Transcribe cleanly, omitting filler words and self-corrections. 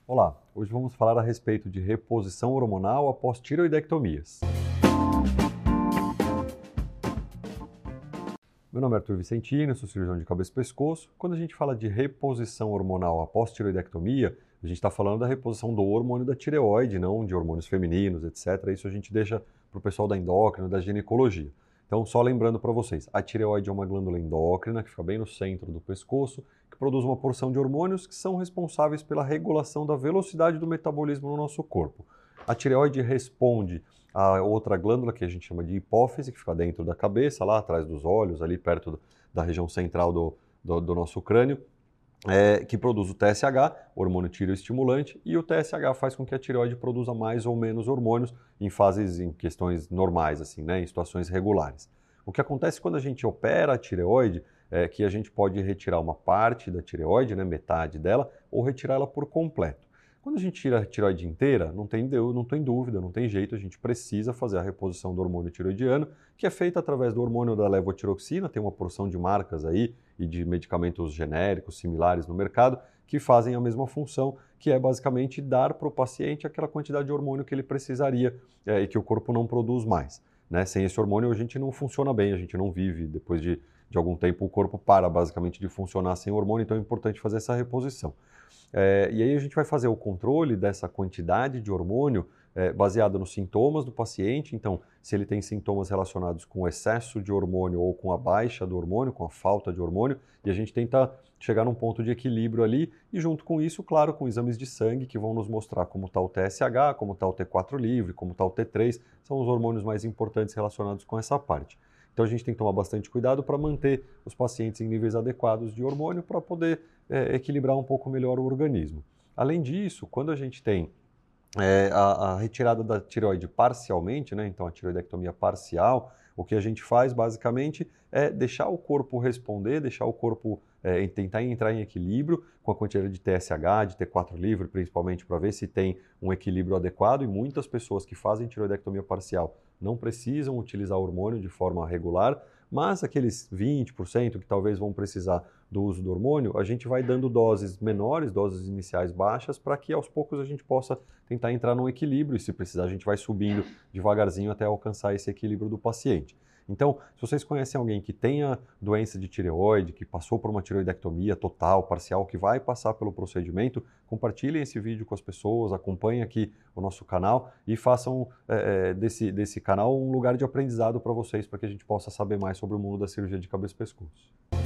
Olá, hoje vamos falar a respeito de reposição hormonal após tireoidectomias. Meu nome é Arthur Vicentino, sou cirurgião de cabeça e pescoço. Quando a gente fala de reposição hormonal após tireoidectomia, a gente está falando da reposição do hormônio da tireoide, não de hormônios femininos, etc. Isso a gente deixa para o pessoal da endócrina, da ginecologia. Então, só lembrando para vocês, a tireoide é uma glândula endócrina que fica bem no centro do pescoço, que produz uma porção de hormônios que são responsáveis pela regulação da velocidade do metabolismo no nosso corpo. A tireoide responde a outra glândula que a gente chama de hipófise, que fica dentro da cabeça, lá atrás dos olhos, ali perto da região central do nosso crânio, que produz o TSH, hormônio tireoestimulante, e o TSH faz com que a tireoide produza mais ou menos hormônios em questões normais, assim, né, em situações regulares. O que acontece quando a gente opera a tireoide é que a gente pode retirar uma parte da tireoide, né, metade dela, ou retirar ela por completo. Quando a gente tira a tireoide inteira, não tem dúvida, não tem jeito, a gente precisa fazer a reposição do hormônio tireoidiano, que é feita através do hormônio da levotiroxina, tem uma porção de marcas aí e de medicamentos genéricos similares no mercado que fazem a mesma função, que é basicamente dar para o paciente aquela quantidade de hormônio que ele precisaria e que o corpo não produz mais. Né? Sem esse hormônio a gente não funciona bem, a gente não vive. Depois de algum tempo o corpo para basicamente de funcionar sem hormônio, então é importante fazer essa reposição. E aí a gente vai fazer o controle dessa quantidade de hormônio baseado nos sintomas do paciente. Então, se ele tem sintomas relacionados com o excesso de hormônio ou com a baixa do hormônio, com a falta de hormônio, e a gente tenta chegar num ponto de equilíbrio ali, e junto com isso, claro, com exames de sangue que vão nos mostrar como está o TSH, como está o T4 livre, como está o T3, são os hormônios mais importantes relacionados com essa parte. Então a gente tem que tomar bastante cuidado para manter os pacientes em níveis adequados de hormônio para poder equilibrar um pouco melhor o organismo. Além disso, quando a gente tem a retirada da tireoide parcialmente, né, então a tireoidectomia parcial, o que a gente faz basicamente é deixar o corpo responder, deixar o corpo tentar entrar em equilíbrio com a quantidade de TSH, de T4 livre, principalmente para ver se tem um equilíbrio adequado, e muitas pessoas que fazem tireoidectomia parcial não precisam utilizar hormônio de forma regular, mas aqueles 20% que talvez vão precisar do uso do hormônio, a gente vai dando doses menores, doses iniciais baixas, para que aos poucos a gente possa tentar entrar num equilíbrio, e se precisar a gente vai subindo devagarzinho até alcançar esse equilíbrio do paciente. Então, se vocês conhecem alguém que tenha doença de tireoide, que passou por uma tireoidectomia total, parcial, que vai passar pelo procedimento, compartilhem esse vídeo com as pessoas, acompanhem aqui o nosso canal e façam desse canal um lugar de aprendizado para vocês, para que a gente possa saber mais sobre o mundo da cirurgia de cabeça e pescoço.